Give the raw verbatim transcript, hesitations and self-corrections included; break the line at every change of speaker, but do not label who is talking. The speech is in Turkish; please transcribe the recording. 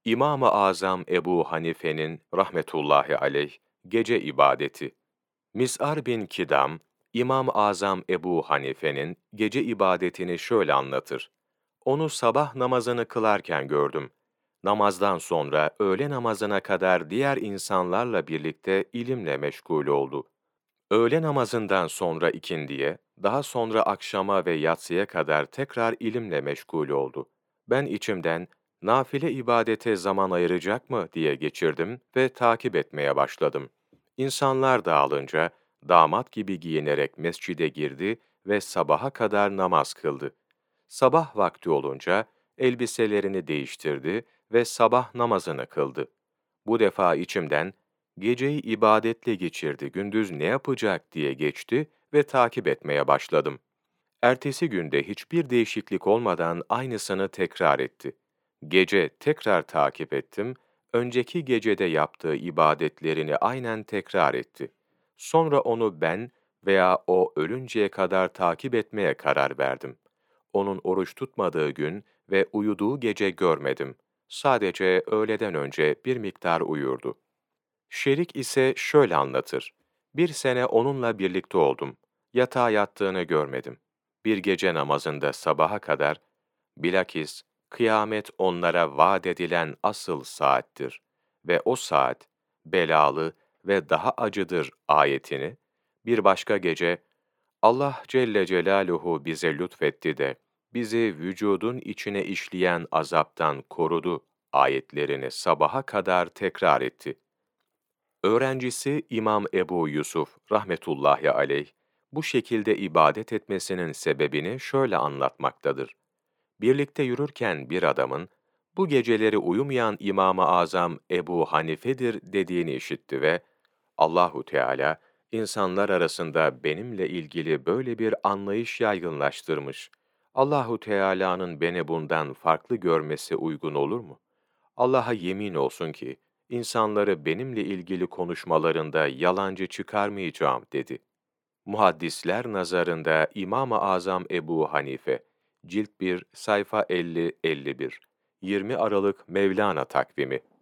İmam-ı Azam Ebu Hanife'nin rahmetullahi aleyh gece ibadeti. Mis'ar bin Kidam, İmam-ı Azam Ebu Hanife'nin gece ibadetini şöyle anlatır. Onu sabah namazını kılarken gördüm. Namazdan sonra öğle namazına kadar diğer insanlarla birlikte ilimle meşgul oldu. Öğle namazından sonra ikindiye, daha sonra akşama ve yatsıya kadar tekrar ilimle meşgul oldu. Ben içimden, nafile ibadete zaman ayıracak mı diye geçirdim ve takip etmeye başladım. İnsanlar dağılınca, damat gibi giyinerek mescide girdi ve sabaha kadar namaz kıldı. Sabah vakti olunca, elbiselerini değiştirdi ve sabah namazını kıldı. Bu defa içimden, geceyi ibadetle geçirdi, gündüz ne yapacak diye geçti ve takip etmeye başladım. Ertesi günde hiçbir değişiklik olmadan aynısını tekrar etti. Gece tekrar takip ettim, önceki gecede yaptığı ibadetlerini aynen tekrar etti. Sonra onu ben veya o ölünceye kadar takip etmeye karar verdim. Onun oruç tutmadığı gün ve uyuduğu gece görmedim. Sadece öğleden önce bir miktar uyurdu. Şerik ise şöyle anlatır. Bir sene onunla birlikte oldum. Yatağa yattığını görmedim. Bir gece namazında sabaha kadar, bilakis kıyamet onlara vaat edilen asıl saattir ve o saat belalı ve daha acıdır ayetini, bir başka gece, Allah Celle Celaluhu bize lütfetti de, bizi vücudun içine işleyen azaptan korudu ayetlerini sabaha kadar tekrar etti. Öğrencisi İmam Ebu Yusuf rahmetullahi aleyh, bu şekilde ibadet etmesinin sebebini şöyle anlatmaktadır. Birlikte yürürken bir adamın, bu geceleri uyumayan İmam-ı Azam Ebu Hanife'dir dediğini işitti ve Allahu Teala insanlar arasında benimle ilgili böyle bir anlayış yaygınlaştırmış. Allahu Teala'nın beni bundan farklı görmesi uygun olur mu? Allah'a yemin olsun ki, insanları benimle ilgili konuşmalarında yalancı çıkarmayacağım dedi. Muhaddisler nazarında İmam-ı Azam Ebu Hanife, Cilt bir, sayfa elli elli bir, yirmi Aralık Mevlana takvimi.